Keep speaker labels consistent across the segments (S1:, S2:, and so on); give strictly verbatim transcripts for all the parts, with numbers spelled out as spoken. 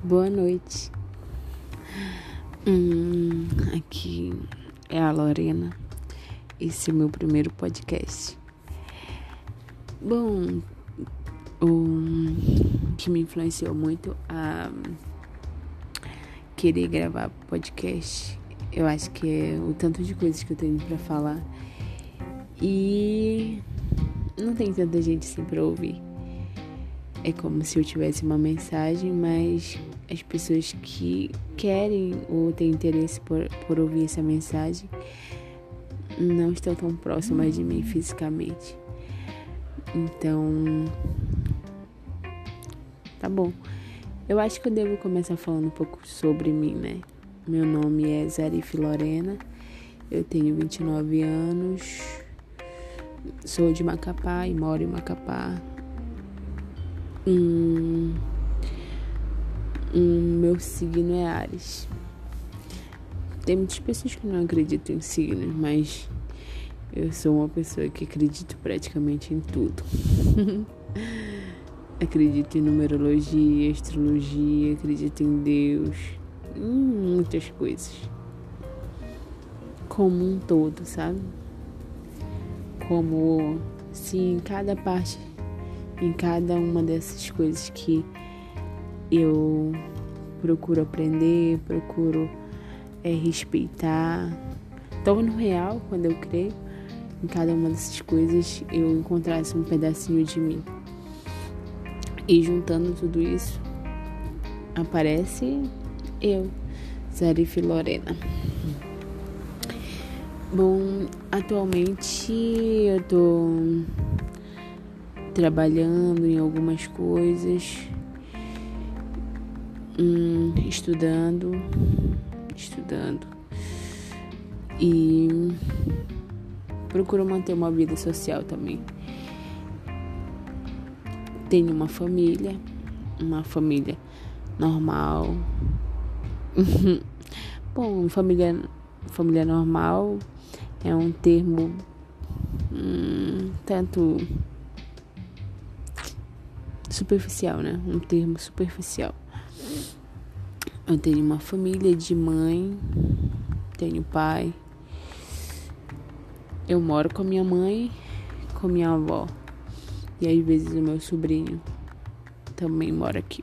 S1: Boa noite. Hum, aqui é a Lorena. Esse é o meu primeiro podcast. Bom, o que me influenciou muito a querer gravar podcast, eu acho que é o tanto de coisas que eu tenho pra falar. E não tem tanta gente assim pra ouvir. É como se eu tivesse uma mensagem, mas as pessoas que querem ou têm interesse por, por ouvir essa mensagem não estão tão próximas de mim fisicamente. Então, tá bom. Eu acho que eu devo começar falando um pouco sobre mim, né? Meu nome é Zarife Lorena, eu tenho vinte e nove anos, sou de Macapá e moro em Macapá. Hum, hum, meu signo é Áries. Tem muitas pessoas que não acreditam em signos, mas eu sou uma pessoa que acredito praticamente em tudo. Acredito em numerologia, astrologia, acredito em Deus, em muitas coisas. Como um todo, sabe? Como se em cada parte, em cada uma dessas coisas que eu procuro aprender, procuro é, respeitar, torno real quando eu creio, em cada uma dessas coisas eu encontrasse um pedacinho de mim. E juntando tudo isso, aparece eu, Zarife Lorena. Bom, atualmente eu tô trabalhando em algumas coisas, hum, estudando, estudando e procuro manter uma vida social também. Tenho uma família, uma família normal. Bom, família, família normal é um termo hum, tanto superficial, né? Um termo superficial. Eu tenho uma família de mãe, tenho pai. Eu moro com a minha mãe, com minha avó. E às vezes o meu sobrinho também mora aqui.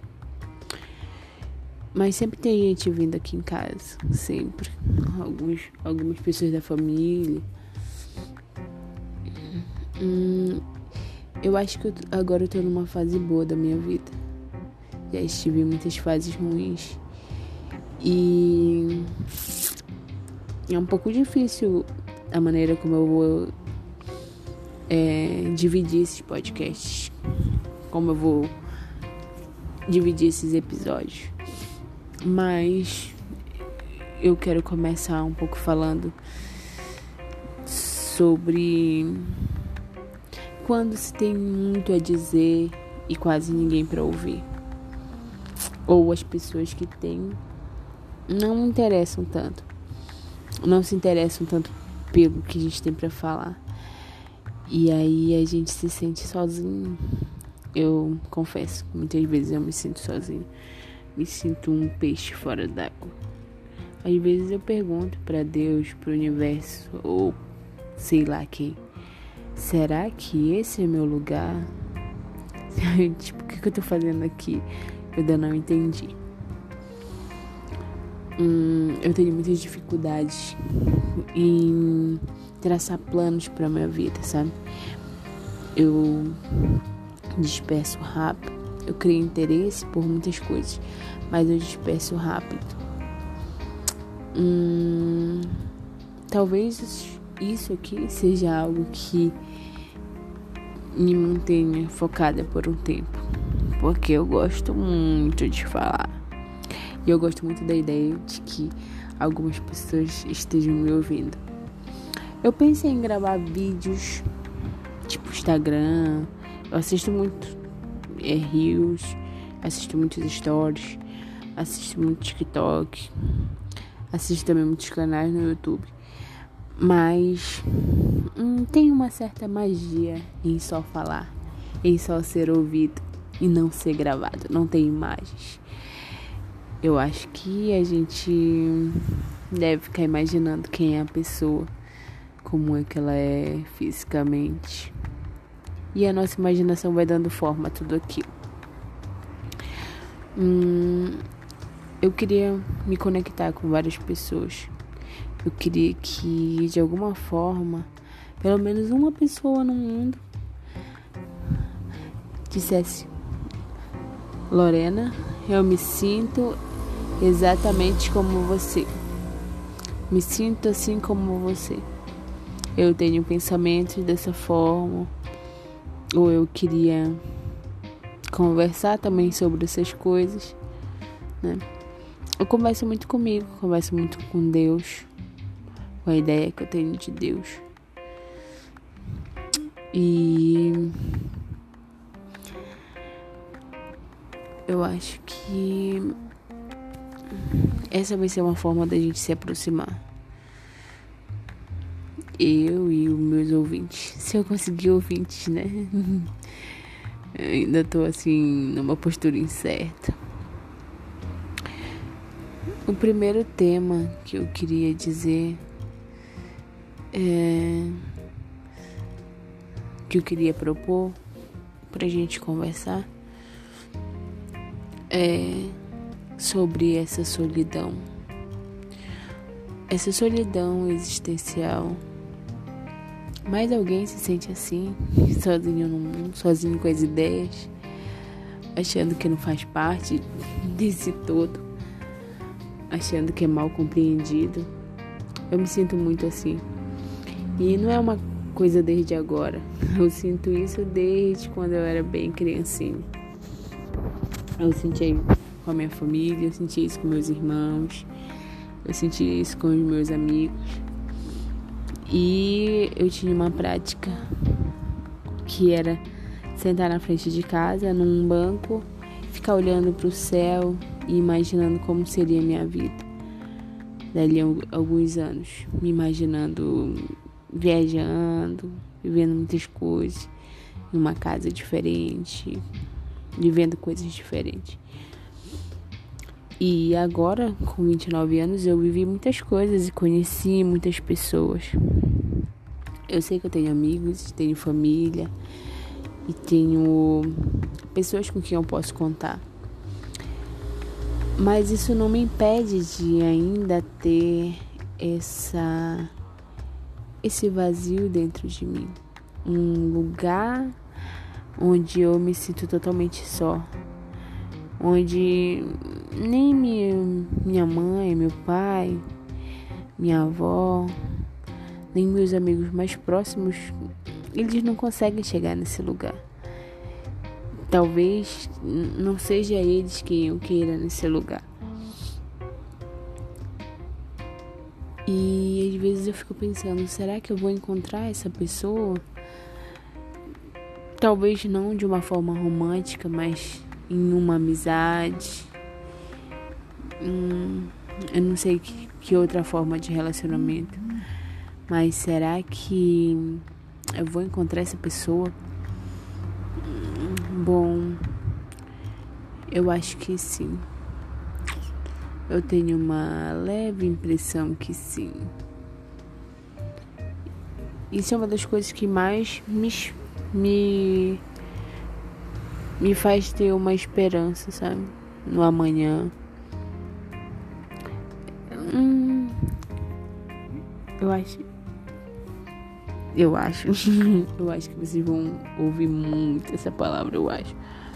S1: Mas sempre tem gente vindo aqui em casa, sempre. Alguns, algumas pessoas da família. Hum, eu acho que eu, agora eu tô numa fase boa da minha vida. Já estive em muitas fases ruins. E é um pouco difícil a maneira como eu vou é, dividir esses podcasts. Como eu vou dividir esses episódios. Mas eu quero começar um pouco falando sobre quando se tem muito a dizer e quase ninguém para ouvir. Ou as pessoas que têm não interessam tanto. Não se interessam tanto pelo que a gente tem para falar. E aí a gente se sente sozinho. Eu confesso, muitas vezes eu me sinto sozinho. Me sinto um peixe fora d'água. Às vezes eu pergunto para Deus, para o universo, ou sei lá quem: será que esse é meu lugar? Tipo, o que, que eu tô fazendo aqui? Eu ainda não entendi. Hum, eu tenho muitas dificuldades em traçar planos para minha vida, sabe? Eu disperso rápido. Eu crio interesse por muitas coisas, mas eu disperso rápido. Hum, talvez isso aqui seja algo que me mantenha focada por um tempo, porque eu gosto muito de falar. E eu gosto muito da ideia de que algumas pessoas estejam me ouvindo. Eu pensei em gravar vídeos, tipo Instagram. Eu assisto muito é, Reels, assisto muitos stories, assisto muito TikTok, assisto também muitos canais no YouTube. Mas hum, tem uma certa magia em só falar, em só ser ouvido e não ser gravado. Não tem imagens. Eu acho que a gente deve ficar imaginando quem é a pessoa, como é que ela é fisicamente. E a nossa imaginação vai dando forma a tudo aquilo. Hum, eu queria me conectar com várias pessoas. Eu queria que, de alguma forma, pelo menos uma pessoa no mundo dissesse: Lorena, eu me sinto exatamente como você. Me sinto assim como você. Eu tenho pensamentos dessa forma. Ou eu queria conversar também sobre essas coisas, né? Eu converso muito comigo, converso muito com Deus, com a ideia que eu tenho de Deus. E eu acho que essa vai ser uma forma da gente se aproximar. Eu e os meus ouvintes. Se eu conseguir ouvintes, né? Eu ainda tô assim, numa postura incerta. O primeiro tema que eu queria dizer é... que eu queria propor pra gente conversar é sobre essa solidão. Essa solidão existencial. Mais alguém se sente assim, sozinho no mundo, sozinho com as ideias, achando que não faz parte desse todo, achando que é mal compreendido. Eu me sinto muito assim. E não é uma coisa desde agora. Eu sinto isso desde quando eu era bem criancinha. Eu senti com a minha família, eu senti isso com meus irmãos, eu senti isso com os meus amigos. E eu tinha uma prática que era sentar na frente de casa, num banco, ficar olhando para o céu e imaginando como seria a minha vida dali a alguns anos. Me imaginando viajando, vivendo muitas coisas, em uma casa diferente, vivendo coisas diferentes. E agora, com vinte e nove anos, eu vivi muitas coisas e conheci muitas pessoas. Eu sei que eu tenho amigos, tenho família e tenho pessoas com quem eu posso contar. Mas isso não me impede de ainda ter essa, esse vazio dentro de mim. Um lugar onde eu me sinto totalmente só. Onde nem minha, minha mãe, meu pai, minha avó, nem meus amigos mais próximos, eles não conseguem chegar nesse lugar. Talvez não seja eles quem eu queira nesse lugar. E às vezes eu fico pensando, será que eu vou encontrar essa pessoa? Talvez não de uma forma romântica, mas em uma amizade. Hum, eu não sei que, que outra forma de relacionamento. Mas será que eu vou encontrar essa pessoa? Bom, eu acho que sim. Eu tenho uma leve impressão que sim. Isso é uma das coisas que mais me, me, me faz ter uma esperança, sabe? No amanhã. Hum, eu acho... Eu acho. Eu acho que vocês vão ouvir muito essa palavra, eu acho.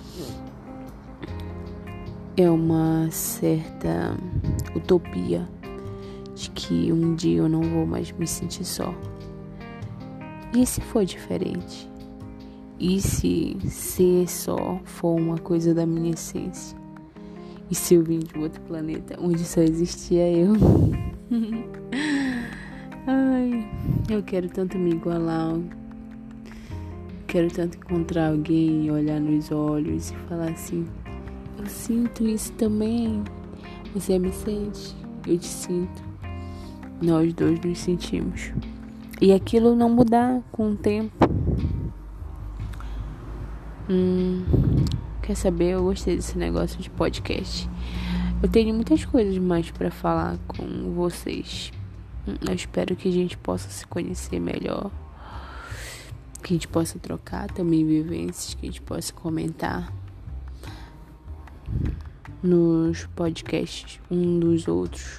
S1: É uma certa utopia de que um dia eu não vou mais me sentir só. E se for diferente? E se ser só for uma coisa da minha essência? E se eu vim de outro planeta onde só existia eu? Ai, eu quero tanto me igualar. Quero tanto encontrar alguém e olhar nos olhos e falar assim: eu sinto isso também. Você me sente? Eu te sinto. Nós dois nos sentimos. E aquilo não mudar com o tempo. Hum, quer saber? Eu gostei desse negócio de podcast. Eu tenho muitas coisas mais para falar com vocês. Eu espero que a gente possa se conhecer melhor, que a gente possa trocar também vivências, que a gente possa comentar nos podcasts um dos outros.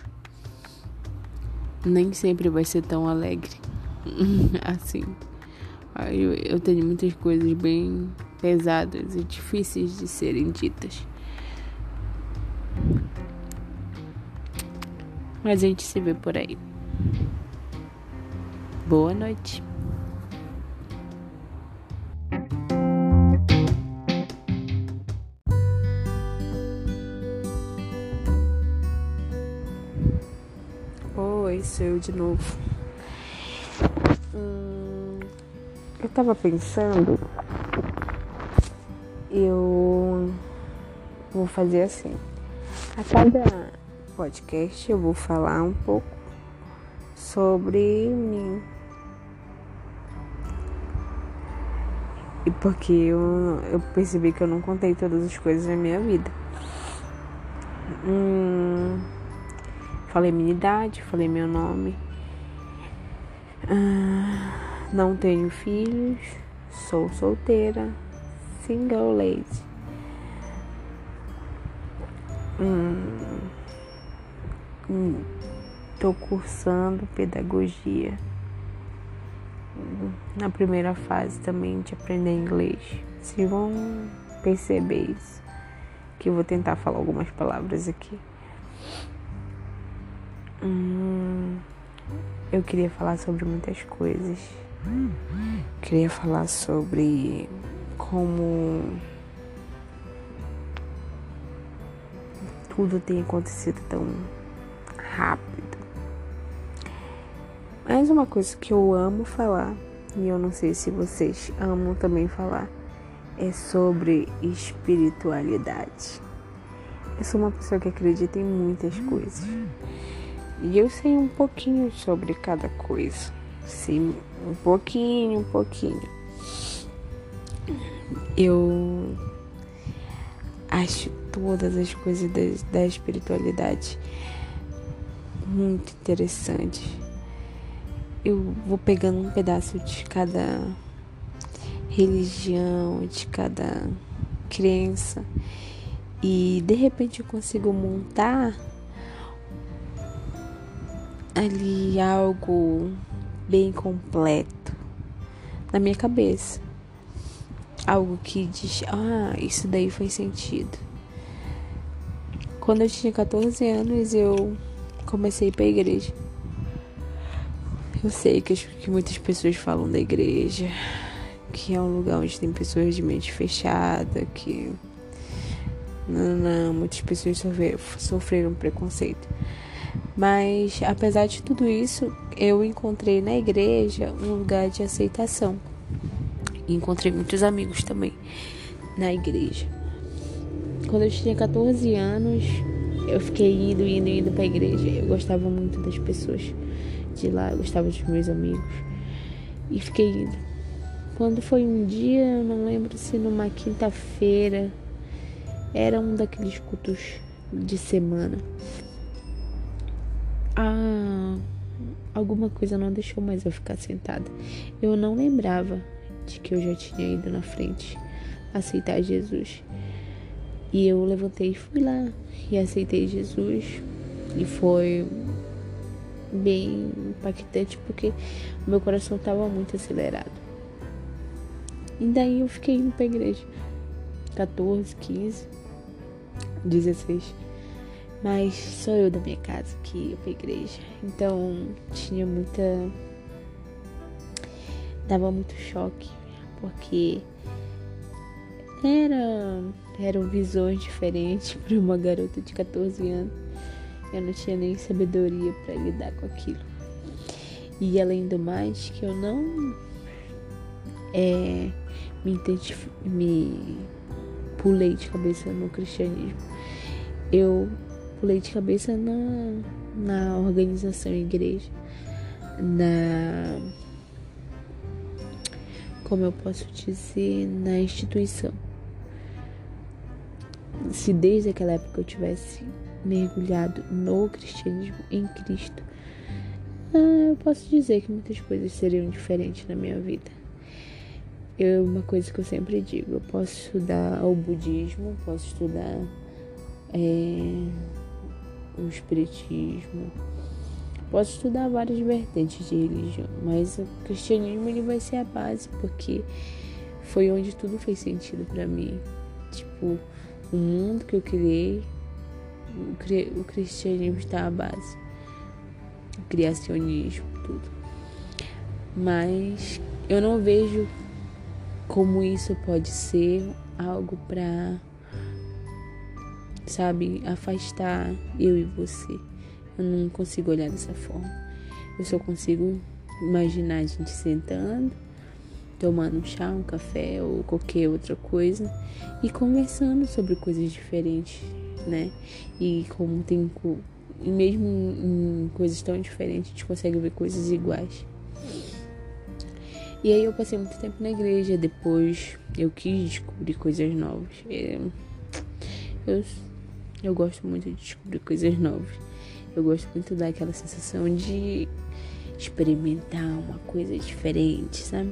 S1: Nem sempre vai ser tão alegre assim. Eu, eu tenho muitas coisas bem pesadas e difíceis de serem ditas. Mas a gente se vê por aí. Boa noite. Oi, sou eu de novo. Hum, eu tava pensando, eu vou fazer assim. A cada podcast eu vou falar um pouco sobre mim. E porque eu, eu percebi que eu não contei todas as coisas na minha vida. Hum, falei minha idade, falei meu nome. Ah, não tenho filhos, sou solteira, single lady. Hum, hum, tô cursando pedagogia. Na primeira fase também de aprender inglês. Vocês vão perceber isso, que eu vou tentar falar algumas palavras aqui. Hum, eu queria falar sobre muitas coisas. Queria falar sobre como tudo tem acontecido tão rápido. Mas uma coisa que eu amo falar, e eu não sei se vocês amam também falar, é sobre espiritualidade. Eu sou uma pessoa que acredita em muitas coisas. E eu sei um pouquinho sobre cada coisa. Sim, um pouquinho, um pouquinho. Eu acho todas as coisas da, da espiritualidade muito interessantes. Eu vou pegando um pedaço de cada religião, de cada crença, e de repente eu consigo montar ali algo bem completo na minha cabeça. Algo que diz, ah, isso daí faz sentido. Quando eu tinha catorze anos, eu comecei a ir pra igreja. Eu sei que, que muitas pessoas falam da igreja, que é um lugar onde tem pessoas de mente fechada, que não, não, muitas pessoas sofreram, sofreram preconceito. Mas, apesar de tudo isso, eu encontrei na igreja um lugar de aceitação. E encontrei muitos amigos também na igreja. Quando eu tinha catorze anos, eu fiquei indo, indo, indo pra igreja. Eu gostava muito das pessoas de lá, eu gostava dos meus amigos. E fiquei indo. Quando foi um dia, eu não lembro se numa quinta-feira, era um daqueles cultos de semana. Ah, alguma coisa não deixou mais eu ficar sentada. Eu não lembrava de que eu já tinha ido na frente aceitar Jesus. E eu levantei e fui lá e aceitei Jesus. E foi bem impactante porque meu coração estava muito acelerado. E daí eu fiquei indo pra igreja. catorze, quinze, dezesseis. Mas só eu da minha casa que ia pra igreja. Então tinha muita... Dava muito choque. Porque era... eram visões diferentes para uma garota de catorze anos. Eu não tinha nem sabedoria para lidar com aquilo. E além do mais, que eu não é, me, identif... me pulei de cabeça no cristianismo. Eu pulei de cabeça na, na organização igreja. Na... Como eu posso dizer, na instituição. Se desde aquela época eu tivesse mergulhado no cristianismo, em Cristo, ah, eu posso dizer que muitas coisas seriam diferentes na minha vida. Eu, uma coisa que eu sempre digo, eu posso estudar o budismo, posso estudar é, o espiritismo, posso estudar várias vertentes de religião, mas o cristianismo ele vai ser a base, porque foi onde tudo fez sentido pra mim. Tipo, o mundo que eu criei, o, cri, o cristianismo está à base, o criacionismo, tudo. Mas eu não vejo como isso pode ser algo pra, sabe, afastar eu e você. Eu não consigo olhar dessa forma. Eu só consigo imaginar a gente sentando, tomando um chá, um café ou qualquer outra coisa e conversando sobre coisas diferentes, né? E como tem, e mesmo em coisas tão diferentes, a gente consegue ver coisas iguais. E aí eu passei muito tempo na igreja, depois eu quis descobrir coisas novas. Eu, eu, eu gosto muito de descobrir coisas novas. Eu gosto muito daquela sensação de experimentar uma coisa diferente, sabe?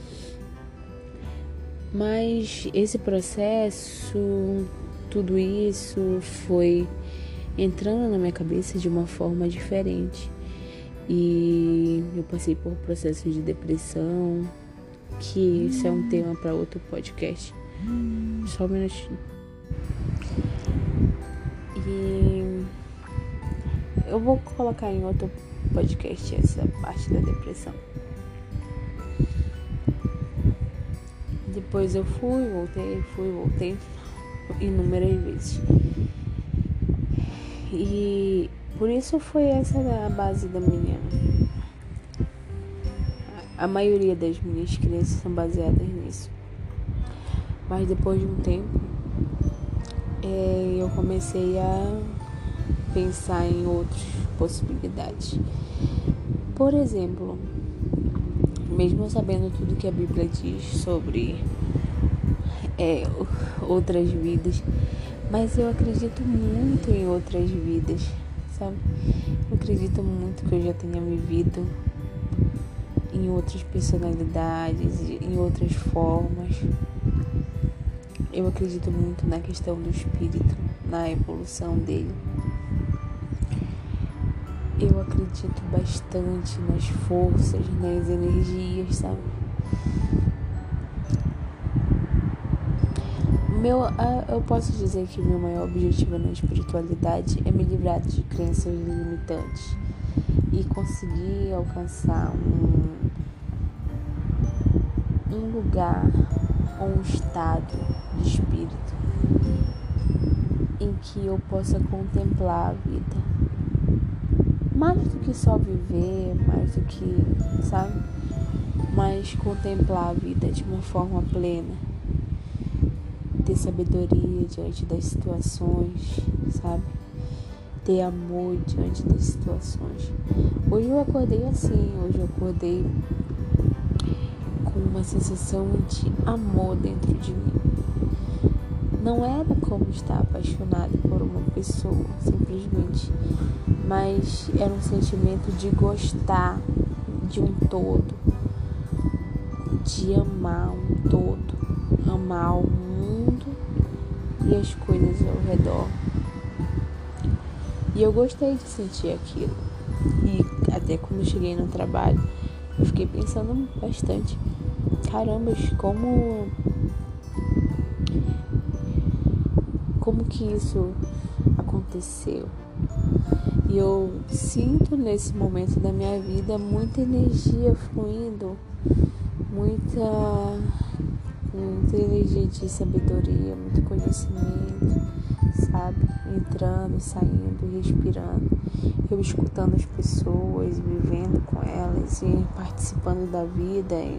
S1: Mas esse processo, tudo isso foi entrando na minha cabeça de uma forma diferente. E eu passei por processo de depressão, que isso é um tema para outro podcast. Só um minutinho. E eu vou colocar em outro podcast essa parte da depressão. Depois eu fui, voltei, fui, voltei inúmeras vezes. E por isso foi essa a base da minha... A maioria das minhas crenças são baseadas nisso. Mas depois de um tempo, é, eu comecei a pensar em outras possibilidades. Por exemplo, mesmo sabendo tudo que a Bíblia diz sobre é, outras vidas, mas eu acredito muito em outras vidas, sabe? Eu acredito muito que eu já tenha vivido em outras personalidades, em outras formas. Eu acredito muito na questão do espírito, na evolução dele. Eu acredito bastante nas forças, nas energias, sabe? Meu, eu posso dizer que o meu maior objetivo na espiritualidade é me livrar de crenças limitantes e conseguir alcançar um, um lugar ou um estado de espírito em que eu possa contemplar a vida. Mais do que só viver, mais do que, sabe? Mas contemplar a vida de uma forma plena. Ter sabedoria diante das situações, sabe? Ter amor diante das situações. Hoje eu acordei assim, hoje eu acordei com uma sensação de amor dentro de mim. Não era como estar apaixonada por uma pessoa, simplesmente, mas era um sentimento de gostar de um todo, de amar um todo, amar o mundo e as coisas ao redor. E eu gostei de sentir aquilo. E até quando eu cheguei no trabalho, eu fiquei pensando bastante. Caramba, como... Como que isso aconteceu? E eu sinto nesse momento da minha vida muita energia fluindo, muita, muita energia de sabedoria, muito conhecimento, sabe? Entrando, saindo, respirando. Eu escutando as pessoas, vivendo com elas e participando da vida. E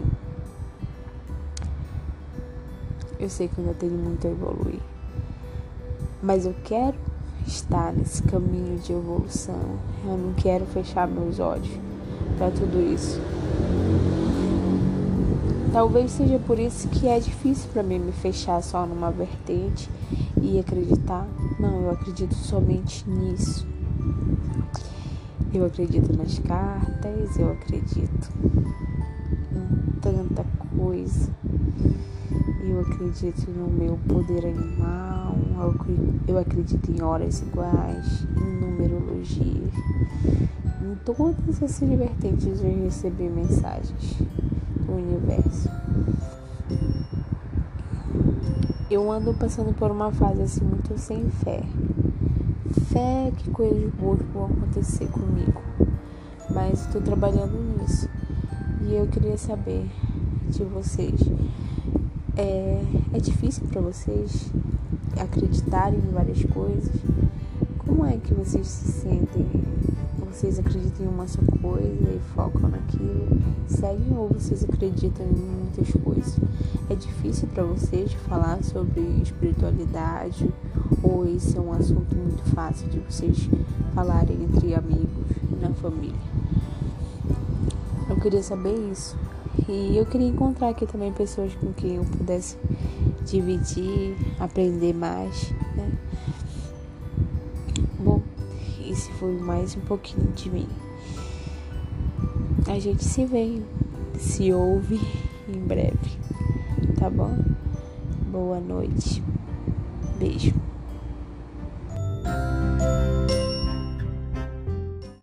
S1: eu sei que eu ainda tenho muito a evoluir. Mas eu quero estar nesse caminho de evolução. Eu não quero fechar meus olhos para tudo isso. Talvez seja por isso que é difícil para mim me fechar só numa vertente e acreditar. Não, eu acredito somente nisso. Eu acredito nas cartas, eu acredito em tanta coisa. Eu acredito no meu poder animal, eu acredito em horas iguais, em numerologia. Em todas essas vertentes eu recebi mensagens do universo. Eu ando passando por uma fase assim muito sem fé. Fé que coisas boas vão acontecer comigo. Mas estou trabalhando nisso. E eu queria saber de vocês. É, é difícil para vocês acreditarem em várias coisas? Como é que vocês se sentem? Vocês acreditam em uma só coisa e focam naquilo? Seguem ou vocês acreditam em muitas coisas? É difícil para vocês falar sobre espiritualidade? Ou esse é um assunto muito fácil de vocês falarem entre amigos e na família? Eu queria saber isso. E eu queria encontrar aqui também pessoas com quem eu pudesse dividir, aprender mais, né? Bom, esse foi mais um pouquinho de mim. A gente se vê, se ouve em breve, tá bom? Boa noite. Beijo.